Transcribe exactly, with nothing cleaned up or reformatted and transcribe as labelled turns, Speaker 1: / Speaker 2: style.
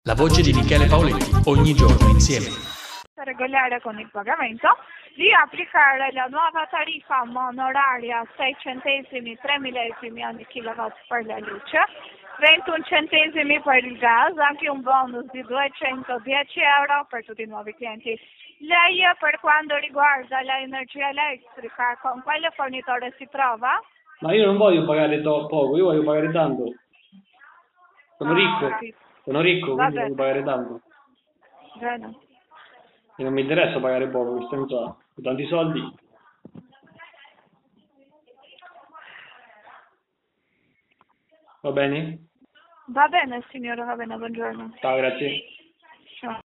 Speaker 1: La voce di Michele Paoletti, ogni giorno insieme.
Speaker 2: Regolare con il pagamento, di applicare la nuova tariffa monoraria a sei centesimi, tre millesimi ogni kilowatt per la luce, ventuno centesimi per il gas, anche un bonus di duecentodieci euro per tutti i nuovi clienti. Lei, per quanto riguarda l'energia elettrica, con quale fornitore si trova?
Speaker 3: Ma io non voglio pagare to- poco, io voglio pagare tanto. Sono
Speaker 2: Ah,
Speaker 3: ricco,
Speaker 2: capito.
Speaker 3: sono ricco,
Speaker 2: Va
Speaker 3: quindi voglio
Speaker 2: bene.
Speaker 3: pagare tanto.
Speaker 2: Bene.
Speaker 3: E non mi interessa pagare poco, che senso ha? Ho tanti soldi. Va bene?
Speaker 2: Va bene, signora, va bene, buongiorno.
Speaker 3: Ciao, grazie.
Speaker 2: Ciao.